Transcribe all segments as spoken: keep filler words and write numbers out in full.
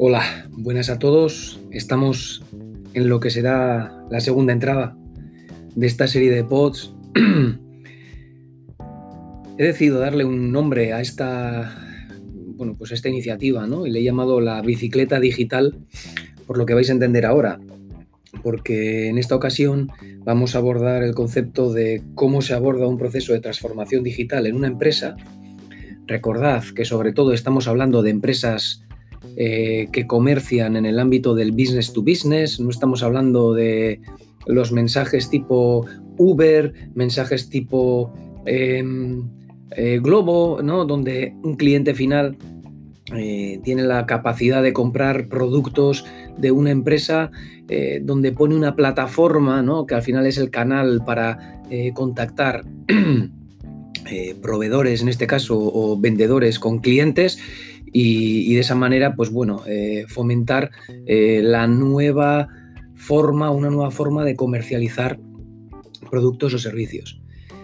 Hola, buenas a todos. Estamos en lo que será la segunda entrada de esta serie de pods. He decidido darle un nombre a esta, bueno, pues a esta iniciativa, ¿no? Y le he llamado la bicicleta digital, por lo que vais a entender ahora, porque en esta ocasión vamos a abordar el concepto de cómo se aborda un proceso de transformación digital en una empresa. Recordad que sobre todo estamos hablando de empresas eh, que comercian en el ámbito del business to business. No estamos hablando de los mensajes tipo Uber, mensajes tipo eh, eh, Globo, ¿no? Donde un cliente final eh, tiene la capacidad de comprar productos de una empresa eh, donde pone una plataforma, ¿no? Que al final es el canal para eh, contactar Eh, proveedores, en este caso, o vendedores con clientes y, y de esa manera, pues bueno, eh, fomentar eh, la nueva forma, una nueva forma de comercializar productos o servicios.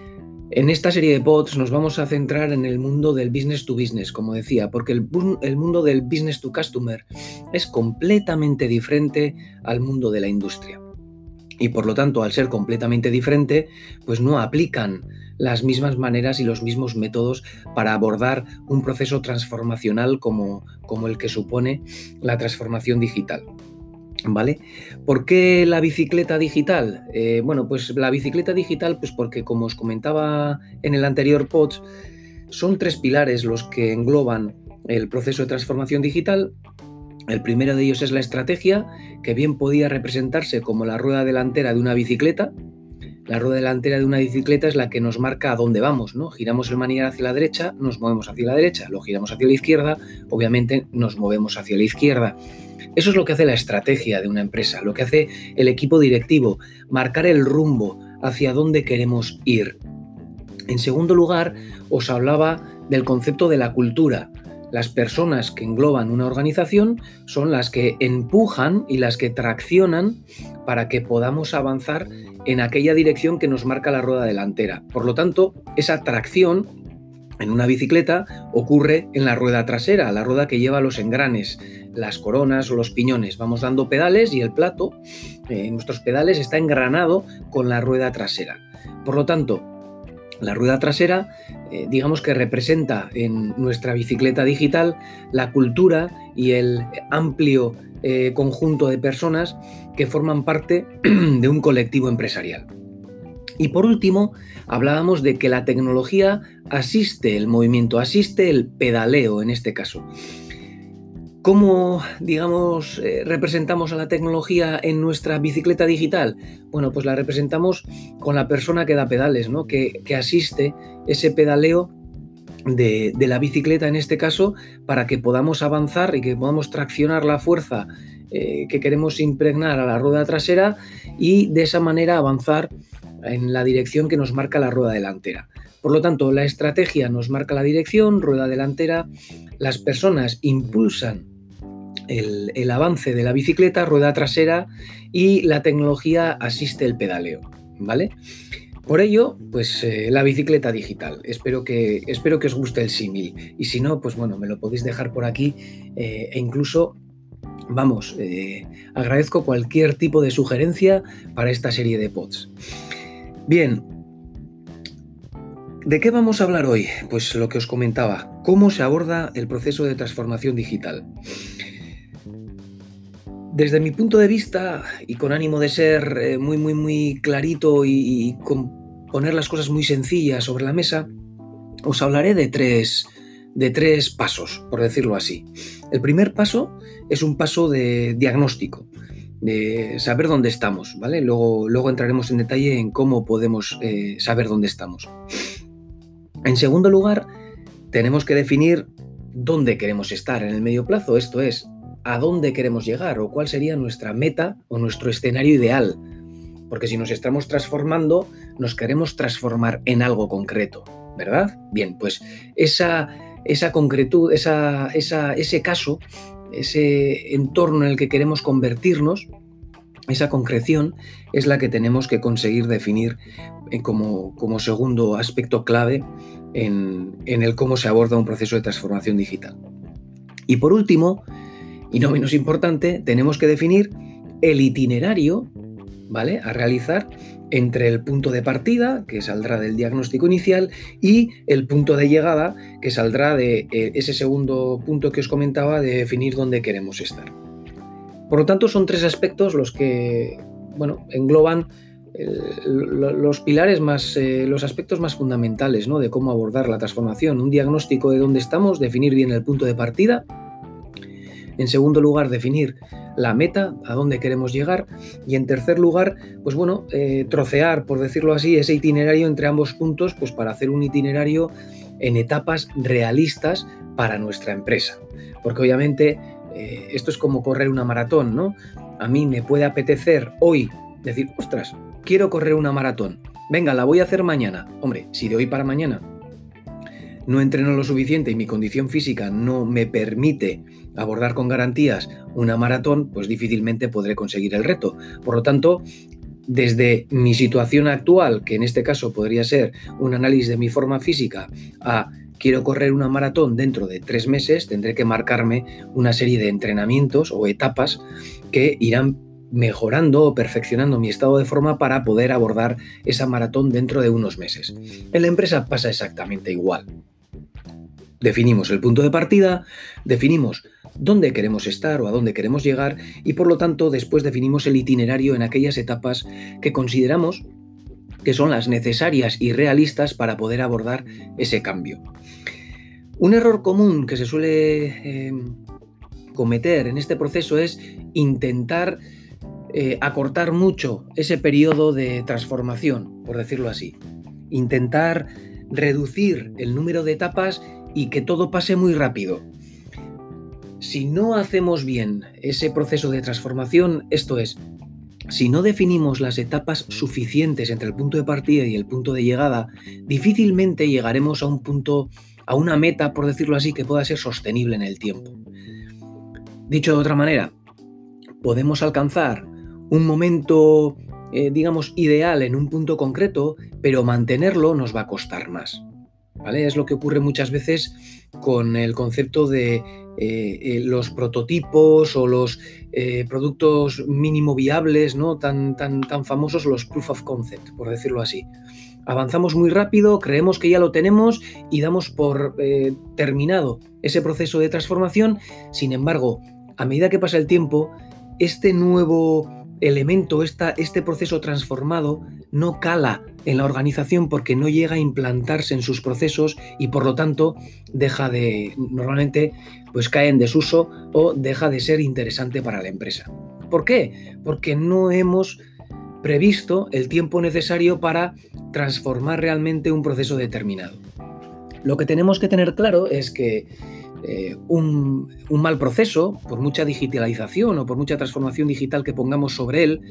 En esta serie de pods nos vamos a centrar en el mundo del business to business, como decía, porque el, el mundo del business to customer es completamente diferente al mundo de la industria. Y por lo tanto, al ser completamente diferente, pues no aplican las mismas maneras y los mismos métodos para abordar un proceso transformacional como, como el que supone la transformación digital. ¿Vale? ¿Por qué la bicicleta digital? Eh, bueno, pues la bicicleta digital, pues porque como os comentaba en el anterior pod, son tres pilares los que engloban el proceso de transformación digital. El primero de ellos es la estrategia, que bien podía representarse como la rueda delantera de una bicicleta. La rueda delantera de una bicicleta es la que nos marca a dónde vamos, ¿no? Giramos el manillar hacia la derecha, nos movemos hacia la derecha, lo giramos hacia la izquierda, obviamente nos movemos hacia la izquierda. Eso es lo que hace la estrategia de una empresa, lo que hace el equipo directivo, marcar el rumbo hacia dónde queremos ir. En segundo lugar, os hablaba del concepto de la cultura. Las personas que engloban una organización son las que empujan y las que traccionan para que podamos avanzar en aquella dirección que nos marca la rueda delantera. Por lo tanto, esa tracción en una bicicleta ocurre en la rueda trasera, la rueda que lleva los engranes, las coronas o los piñones. Vamos dando pedales y el plato en eh, nuestros pedales está engranado con la rueda trasera. Por lo tanto, la rueda trasera, eh, digamos que representa en nuestra bicicleta digital la cultura y el amplio eh, conjunto de personas que forman parte de un colectivo empresarial. Y por último, hablábamos de que la tecnología asiste el movimiento, asiste el pedaleo en este caso. ¿Cómo, digamos, eh, representamos a la tecnología en nuestra bicicleta digital? Bueno, pues la representamos con la persona que da pedales, ¿no? Que, que asiste ese pedaleo de, de la bicicleta en este caso para que podamos avanzar y que podamos traccionar la fuerza eh, que queremos impregnar a la rueda trasera y de esa manera avanzar en la dirección que nos marca la rueda delantera. Por lo tanto, la estrategia nos marca la dirección, rueda delantera, las personas impulsan el, el avance de la bicicleta, rueda trasera, y la tecnología asiste el pedaleo, ¿vale? Por ello, pues eh, la bicicleta digital. Espero que, espero que os guste el símil. Y si no, pues bueno, me lo podéis dejar por aquí eh, e incluso, vamos, eh, agradezco cualquier tipo de sugerencia para esta serie de pods. Bien, ¿de qué vamos a hablar hoy? Pues lo que os comentaba, cómo se aborda el proceso de transformación digital. Desde mi punto de vista, y con ánimo de ser eh, muy, muy, muy clarito y, y con poner las cosas muy sencillas sobre la mesa, os hablaré de tres, de tres pasos, por decirlo así. El primer paso es un paso de diagnóstico, de saber dónde estamos, ¿vale? Luego, luego entraremos en detalle en cómo podemos eh, saber dónde estamos. En segundo lugar, tenemos que definir dónde queremos estar en el medio plazo, esto es, a dónde queremos llegar o cuál sería nuestra meta o nuestro escenario ideal. Porque si nos estamos transformando, nos queremos transformar en algo concreto, ¿verdad? Bien, pues esa, esa concretud, esa, esa, ese caso, ese entorno en el que queremos convertirnos, esa concreción es la que tenemos que conseguir definir como, como segundo aspecto clave en, en el cómo se aborda un proceso de transformación digital. Y por último, Y no menos importante, tenemos que definir el itinerario, ¿vale?, a realizar entre el punto de partida, que saldrá del diagnóstico inicial, y el punto de llegada, que saldrá de eh, ese segundo punto que os comentaba, de definir dónde queremos estar. Por lo tanto, son tres aspectos los que, bueno, engloban el, los pilares más, eh, los aspectos más fundamentales, ¿no?, de cómo abordar la transformación. Un diagnóstico de dónde estamos, definir bien el punto de partida. En segundo lugar, definir la meta, a dónde queremos llegar. Y en tercer lugar, pues bueno, eh, trocear, por decirlo así, ese itinerario entre ambos puntos, pues para hacer un itinerario en etapas realistas para nuestra empresa. Porque obviamente eh, esto es como correr una maratón, ¿no? A mí me puede apetecer hoy decir, ostras, quiero correr una maratón. Venga, la voy a hacer mañana. Hombre, si de hoy para mañana no entreno lo suficiente y mi condición física no me permite abordar con garantías una maratón, pues difícilmente podré conseguir el reto. Por lo tanto, desde mi situación actual, que en este caso podría ser un análisis de mi forma física, a quiero correr una maratón dentro de tres meses, tendré que marcarme una serie de entrenamientos o etapas que irán mejorando o perfeccionando mi estado de forma para poder abordar esa maratón dentro de unos meses. En la empresa pasa exactamente igual. Definimos el punto de partida, definimos dónde queremos estar o a dónde queremos llegar y, por lo tanto, después definimos el itinerario en aquellas etapas que consideramos que son las necesarias y realistas para poder abordar ese cambio. Un error común que se suele eh, cometer en este proceso es intentar eh, acortar mucho ese periodo de transformación, por decirlo así. Intentar reducir el número de etapas y que todo pase muy rápido. Si no hacemos bien ese proceso de transformación, esto es, si no definimos las etapas suficientes entre el punto de partida y el punto de llegada, difícilmente llegaremos a un punto, a una meta, por decirlo así, que pueda ser sostenible en el tiempo. Dicho de otra manera, podemos alcanzar un momento, eh, digamos, ideal en un punto concreto, pero mantenerlo nos va a costar más. ¿Vale? Es lo que ocurre muchas veces con el concepto de eh, eh, los prototipos o los eh, productos mínimo viables, ¿no?, tan, tan, tan famosos, los proof of concept, por decirlo así. Avanzamos muy rápido, creemos que ya lo tenemos y damos por eh, terminado ese proceso de transformación. Sin embargo, a medida que pasa el tiempo, este nuevo elemento, esta, este proceso transformado no cala en la organización porque no llega a implantarse en sus procesos y, por lo tanto, deja de, normalmente pues cae en desuso o deja de ser interesante para la empresa. ¿Por qué? Porque no hemos previsto el tiempo necesario para transformar realmente un proceso determinado. Lo que tenemos que tener claro es que Eh, un, un mal proceso, por mucha digitalización o por mucha transformación digital que pongamos sobre él,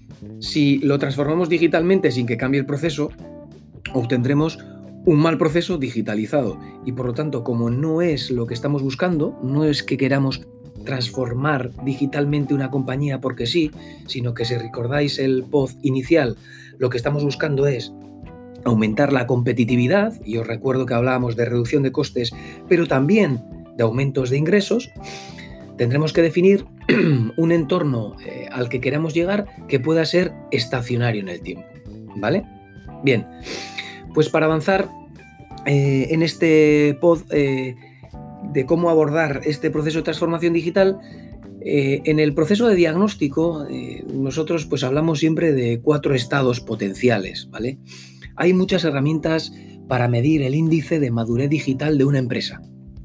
si lo transformamos digitalmente sin que cambie el proceso, obtendremos un mal proceso digitalizado. Y por lo tanto, como no es lo que estamos buscando, no es que queramos transformar digitalmente una compañía porque sí, sino que si recordáis el pod inicial, lo que estamos buscando es aumentar la competitividad, y os recuerdo que hablábamos de reducción de costes, pero también de aumentos de ingresos. Tendremos que definir un entorno eh, al que queramos llegar que pueda ser estacionario en el tiempo, ¿vale? Bien, pues para avanzar eh, en este pod eh, de cómo abordar este proceso de transformación digital, eh, en el proceso de diagnóstico eh, nosotros pues hablamos siempre de cuatro estados potenciales, ¿vale? Hay muchas herramientas para medir el índice de madurez digital de una empresa.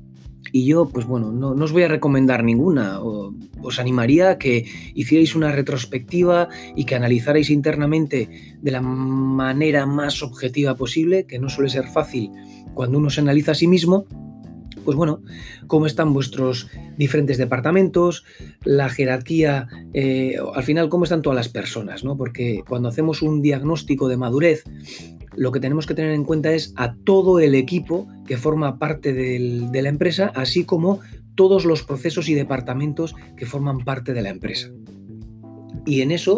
Y yo, pues bueno, no, no os voy a recomendar ninguna. O, os animaría a que hicierais una retrospectiva y que analizarais internamente de la manera más objetiva posible, que no suele ser fácil cuando uno se analiza a sí mismo. Pues bueno, cómo están vuestros diferentes departamentos, la jerarquía, eh, al final cómo están todas las personas, ¿no? Porque cuando hacemos un diagnóstico de madurez, lo que tenemos que tener en cuenta es a todo el equipo que forma parte del, de la empresa, así como todos los procesos y departamentos que forman parte de la empresa. Y en eso,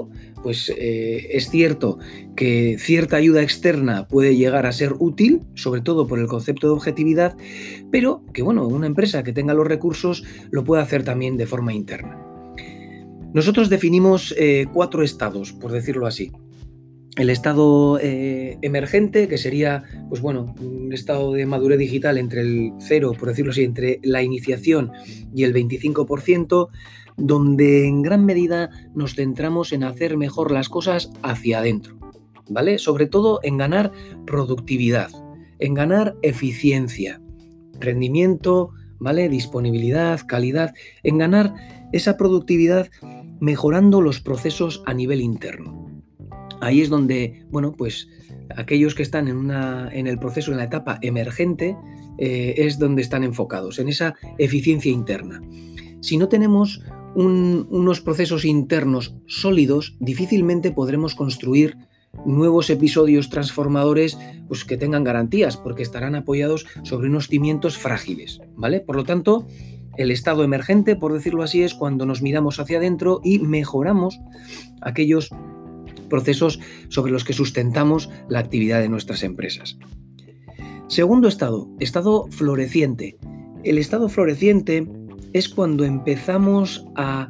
pues eh, es cierto que cierta ayuda externa puede llegar a ser útil, sobre todo por el concepto de objetividad, pero que bueno, una empresa que tenga los recursos lo puede hacer también de forma interna. Nosotros definimos eh, cuatro estados, por decirlo así. El estado eh, emergente, que sería, pues bueno, un estado de madurez digital entre el cero, por decirlo así, entre la iniciación y el veinticinco por ciento, donde en gran medida nos centramos en hacer mejor las cosas hacia adentro, ¿vale? Sobre todo en ganar productividad, en ganar eficiencia, rendimiento, ¿vale? Disponibilidad, calidad, en ganar esa productividad mejorando los procesos a nivel interno. Ahí es donde, bueno, pues aquellos que están en, una, en el proceso, en la etapa emergente, eh, es donde están enfocados, en esa eficiencia interna. Si no tenemos un, unos procesos internos sólidos, difícilmente podremos construir nuevos episodios transformadores pues, que tengan garantías, porque estarán apoyados sobre unos cimientos frágiles, ¿vale? Por lo tanto, el estado emergente, por decirlo así, es cuando nos miramos hacia adentro y mejoramos aquellos procesos sobre los que sustentamos la actividad de nuestras empresas. Segundo estado, estado floreciente. El estado floreciente es cuando empezamos a,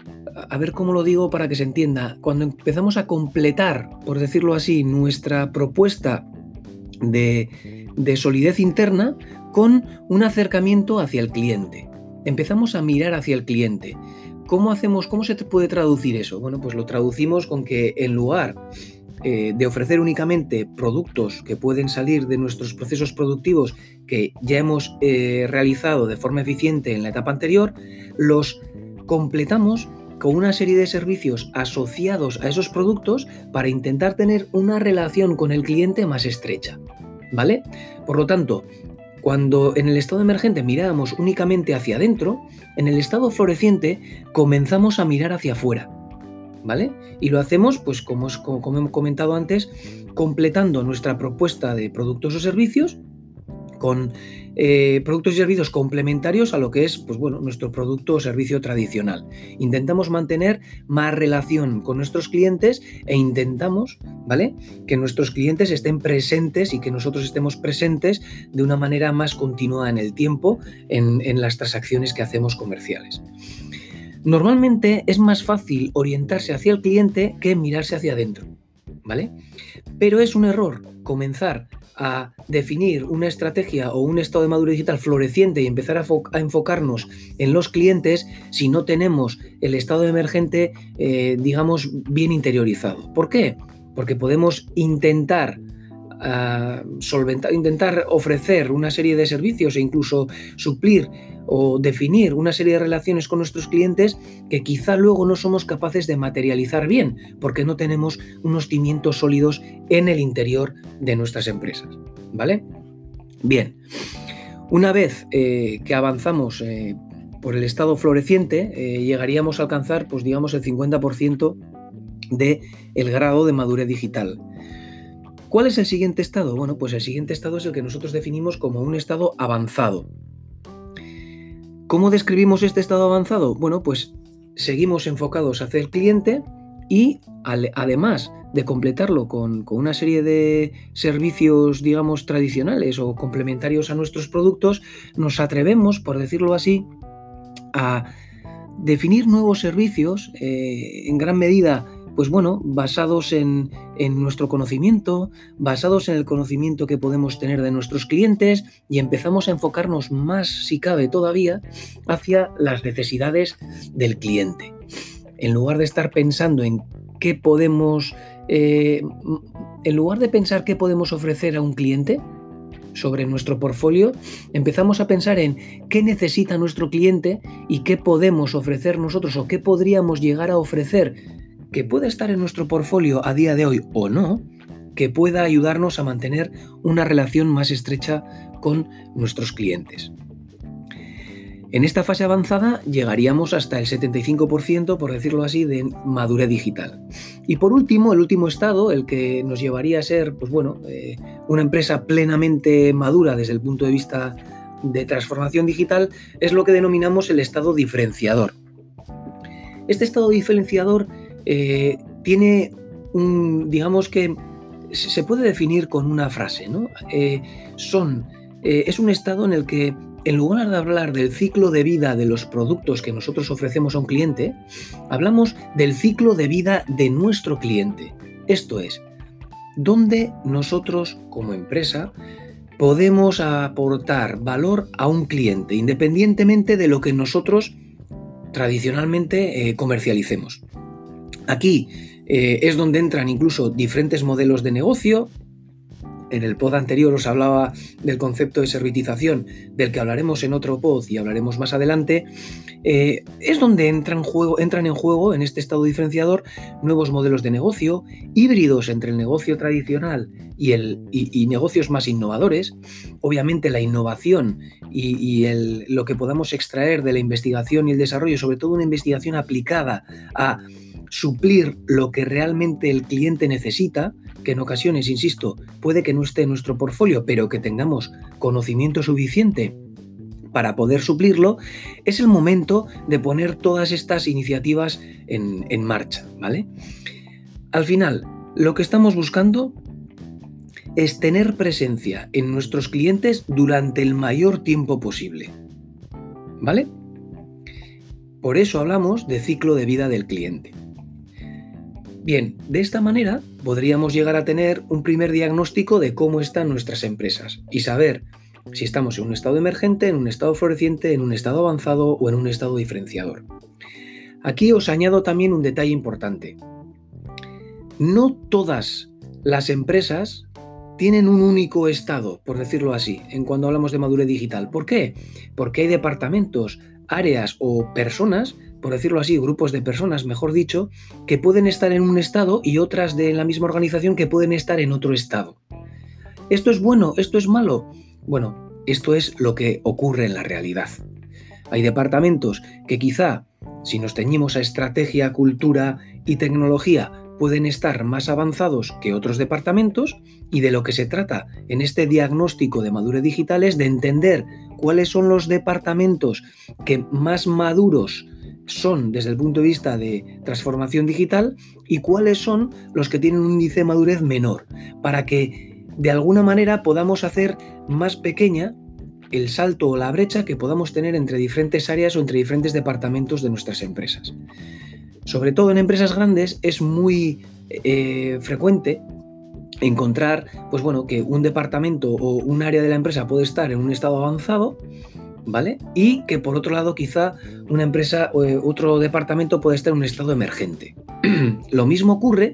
a ver cómo lo digo para que se entienda, cuando empezamos a completar, por decirlo así, nuestra propuesta de, de solidez interna con un acercamiento hacia el cliente. Empezamos a mirar hacia el cliente. ¿Cómo hacemos, cómo se puede traducir eso? Bueno, pues lo traducimos con que en lugar eh, de ofrecer únicamente productos que pueden salir de nuestros procesos productivos que ya hemos eh, realizado de forma eficiente en la etapa anterior, los completamos con una serie de servicios asociados a esos productos para intentar tener una relación con el cliente más estrecha, ¿vale? Por lo tanto, cuando en el estado emergente mirábamos únicamente hacia adentro, en el estado floreciente comenzamos a mirar hacia afuera, ¿vale? Y lo hacemos, pues como, es, como, como hemos comentado antes, completando nuestra propuesta de productos o servicios con eh, productos y servicios complementarios a lo que es, pues bueno, nuestro producto o servicio tradicional. Intentamos mantener más relación con nuestros clientes e intentamos, ¿vale?, que nuestros clientes estén presentes y que nosotros estemos presentes de una manera más continua en el tiempo en, en las transacciones que hacemos comerciales. Normalmente es más fácil orientarse hacia el cliente que mirarse hacia adentro, ¿vale? Pero es un error comenzar a definir una estrategia o un estado de madurez digital floreciente y empezar a, fo- a enfocarnos en los clientes si no tenemos el estado emergente, eh, digamos, bien interiorizado. ¿Por qué? Porque podemos intentar uh, solventar, intentar ofrecer una serie de servicios e incluso suplir o definir una serie de relaciones con nuestros clientes que quizá luego no somos capaces de materializar bien porque no tenemos unos cimientos sólidos en el interior de nuestras empresas, ¿vale? Bien, una vez eh, que avanzamos eh, por el estado floreciente, eh, llegaríamos a alcanzar, pues digamos, el cincuenta por ciento del grado de madurez digital. ¿Cuál es el siguiente estado? Bueno, pues el siguiente estado es el que nosotros definimos como un estado avanzado. ¿Cómo describimos este estado avanzado? Bueno, pues seguimos enfocados hacia el cliente y al, además de completarlo con, con una serie de servicios, digamos, tradicionales o complementarios a nuestros productos, nos atrevemos, por decirlo así, a definir nuevos servicios eh, en gran medida, pues bueno, basados en, en nuestro conocimiento, basados en el conocimiento que podemos tener de nuestros clientes y empezamos a enfocarnos más, si cabe todavía, hacia las necesidades del cliente. En lugar de estar pensando en qué podemos, eh, en lugar de pensar qué podemos ofrecer a un cliente sobre nuestro portfolio, empezamos a pensar en qué necesita nuestro cliente y qué podemos ofrecer nosotros o qué podríamos llegar a ofrecer que pueda estar en nuestro portfolio a día de hoy o no, que pueda ayudarnos a mantener una relación más estrecha con nuestros clientes. En esta fase avanzada llegaríamos hasta el setenta y cinco por ciento, por decirlo así, de madurez digital. Y por último, el último estado, el que nos llevaría a ser, pues bueno, eh, una empresa plenamente madura desde el punto de vista de transformación digital, es lo que denominamos el estado diferenciador. Este estado diferenciador eh, tiene un, digamos que se puede definir con una frase, ¿no? Eh, son, eh, es un estado en el que, en lugar de hablar del ciclo de vida de los productos que nosotros ofrecemos a un cliente, hablamos del ciclo de vida de nuestro cliente. Esto es, donde nosotros como empresa podemos aportar valor a un cliente, independientemente de lo que nosotros tradicionalmente eh, comercialicemos. Aquí eh, es donde entran incluso diferentes modelos de negocio. En el pod anterior os hablaba del concepto de servitización, del que hablaremos en otro pod y hablaremos más adelante. Eh, es donde entran, juego, entran en juego, en este estado diferenciador, nuevos modelos de negocio, híbridos entre el negocio tradicional y, el, y, y negocios más innovadores. Obviamente la innovación y, y el, lo que podamos extraer de la investigación y el desarrollo, sobre todo una investigación aplicada a suplir lo que realmente el cliente necesita, que en ocasiones, insisto, puede que no esté en nuestro portfolio, pero que tengamos conocimiento suficiente para poder suplirlo, es el momento de poner todas estas iniciativas en, en marcha, ¿vale? Al final, lo que estamos buscando es tener presencia en nuestros clientes durante el mayor tiempo posible, ¿vale? Por eso hablamos de ciclo de vida del cliente. Bien, de esta manera podríamos llegar a tener un primer diagnóstico de cómo están nuestras empresas y saber si estamos en un estado emergente, en un estado floreciente, en un estado avanzado o en un estado diferenciador. Aquí os añado también un detalle importante. No todas las empresas tienen un único estado, por decirlo así, en cuando hablamos de madurez digital. ¿Por qué? Porque hay departamentos, áreas o personas, por decirlo así, grupos de personas, mejor dicho, que pueden estar en un estado y otras de la misma organización que pueden estar en otro estado. ¿Esto es bueno? ¿Esto es malo? Bueno, esto es lo que ocurre en la realidad. Hay departamentos que quizá, si nos ceñimos a estrategia, cultura y tecnología, pueden estar más avanzados que otros departamentos, y de lo que se trata en este diagnóstico de madurez digital es de entender cuáles son los departamentos que más maduros son desde el punto de vista de transformación digital y cuáles son los que tienen un índice de madurez menor, para que de alguna manera podamos hacer más pequeña el salto o la brecha que podamos tener entre diferentes áreas o entre diferentes departamentos de nuestras empresas. Sobre todo en empresas grandes es muy eh, frecuente encontrar, pues bueno, que un departamento o un área de la empresa puede estar en un estado avanzado, ¿vale? Y que por otro lado quizá una empresa o otro departamento puede estar en un estado emergente. Lo mismo ocurre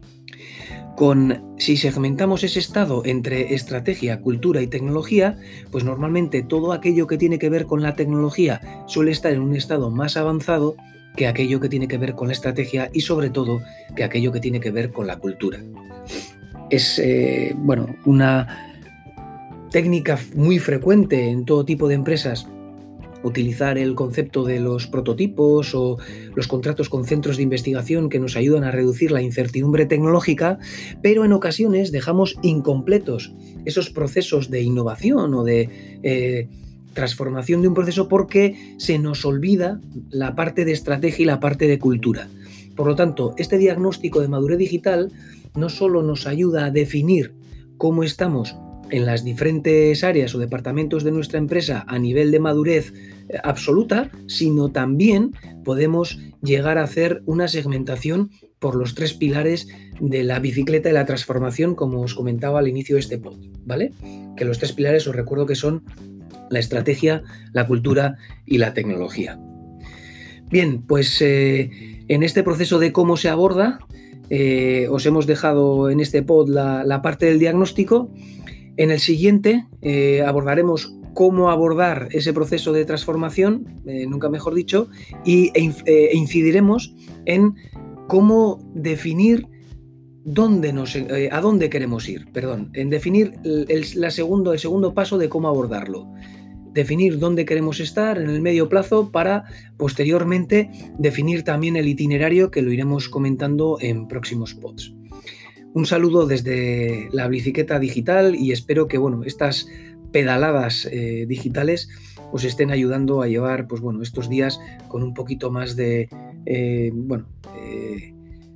con, si segmentamos ese estado entre estrategia, cultura y tecnología, pues normalmente todo aquello que tiene que ver con la tecnología suele estar en un estado más avanzado que aquello que tiene que ver con la estrategia y sobre todo que aquello que tiene que ver con la cultura. Es eh, bueno, una técnica muy frecuente en todo tipo de empresas utilizar el concepto de los prototipos o los contratos con centros de investigación que nos ayudan a reducir la incertidumbre tecnológica, pero en ocasiones dejamos incompletos esos procesos de innovación o de eh, transformación de un proceso porque se nos olvida la parte de estrategia y la parte de cultura. Por lo tanto, este diagnóstico de madurez digital no solo nos ayuda a definir cómo estamos en las diferentes áreas o departamentos de nuestra empresa a nivel de madurez absoluta, sino también podemos llegar a hacer una segmentación por los tres pilares de la bicicleta de la transformación, como os comentaba al inicio de este pod, ¿vale? Que los tres pilares os recuerdo que son la estrategia, la cultura y la tecnología. Bien, pues eh, en este proceso de cómo se aborda, eh, os hemos dejado en este pod la, la parte del diagnóstico. En el siguiente eh, abordaremos cómo abordar ese proceso de transformación, eh, nunca mejor dicho, y, e, e incidiremos en cómo definir dónde nos, eh, a dónde queremos ir, perdón, en definir el, el, la segundo, el segundo paso de cómo abordarlo. Definir dónde queremos estar en el medio plazo para posteriormente definir también el itinerario, que lo iremos comentando en próximos pods. Un saludo desde la bicicleta digital y espero que bueno, estas pedaladas eh, digitales os estén ayudando a llevar pues, bueno, estos días con un poquito más de, eh, bueno, eh,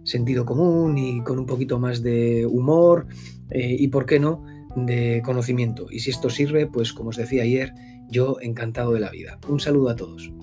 sentido común y con un poquito más de humor eh, y, ¿por qué no?, de conocimiento. Y si esto sirve, pues como os decía ayer, yo encantado de la vida. Un saludo a todos.